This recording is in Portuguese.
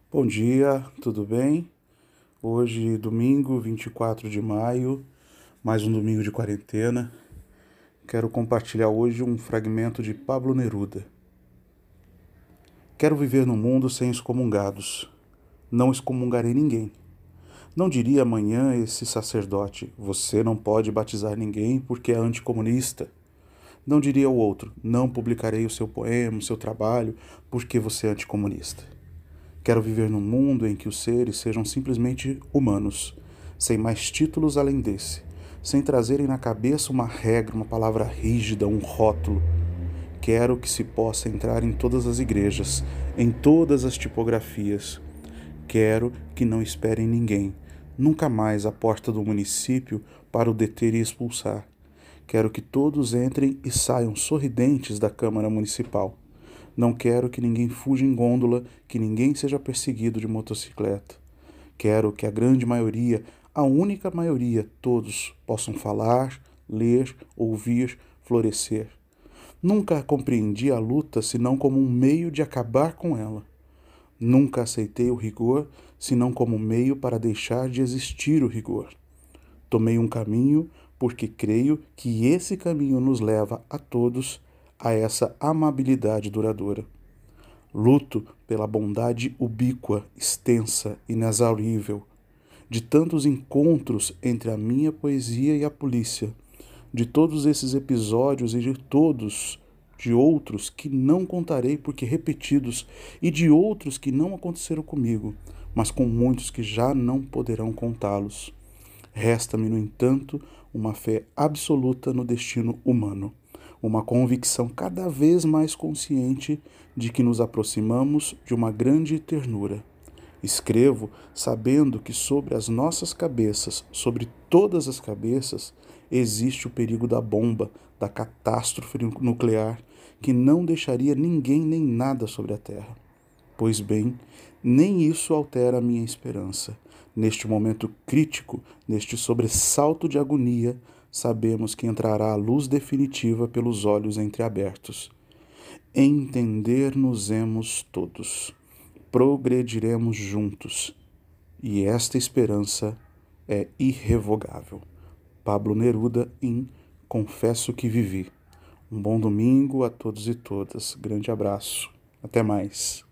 Bom dia, tudo bem? Hoje, domingo, 24 de maio, mais um domingo de quarentena. Quero compartilhar hoje um fragmento de Pablo Neruda. Quero viver no mundo sem excomungados. Não excomungarei ninguém. Não diria amanhã esse sacerdote: você não pode batizar ninguém porque é anticomunista. Não diria o outro: não publicarei o seu poema, o seu trabalho, porque você é anticomunista. Quero viver num mundo em que os seres sejam simplesmente humanos, sem mais títulos além desse, sem trazerem na cabeça uma regra, uma palavra rígida, um rótulo. Quero que se possa entrar em todas as igrejas, em todas as tipografias. Quero que não esperem ninguém, nunca mais à porta do município para o deter e expulsar. Quero que todos entrem e saiam sorridentes da Câmara Municipal. Não quero que ninguém fuja em gôndola, que ninguém seja perseguido de motocicleta. Quero que a grande maioria, a única maioria, todos possam falar, ler, ouvir, florescer. Nunca compreendi a luta senão como um meio de acabar com ela. Nunca aceitei o rigor senão como meio para deixar de existir o rigor. Tomei um caminho porque creio que esse caminho nos leva a todos a essa amabilidade duradoura. Luto pela bondade ubíqua, extensa, inexaurível, de tantos encontros entre a minha poesia e a polícia, de todos esses episódios e de outros que não contarei porque repetidos, e de outros que não aconteceram comigo, mas com muitos que já não poderão contá-los. Resta-me, no entanto, uma fé absoluta no destino humano, uma convicção cada vez mais consciente de que nos aproximamos de uma grande ternura. Escrevo sabendo que sobre as nossas cabeças, sobre todas as cabeças, existe o perigo da bomba, da catástrofe nuclear, que não deixaria ninguém nem nada sobre a Terra. Pois bem, nem isso altera a minha esperança. Neste momento crítico, neste sobressalto de agonia, sabemos que entrará a luz definitiva pelos olhos entreabertos. Entender-nos-emos todos. Progrediremos juntos. E esta esperança é irrevogável. Pablo Neruda em Confesso que Vivi. Um bom domingo a todos e todas. Grande abraço. Até mais.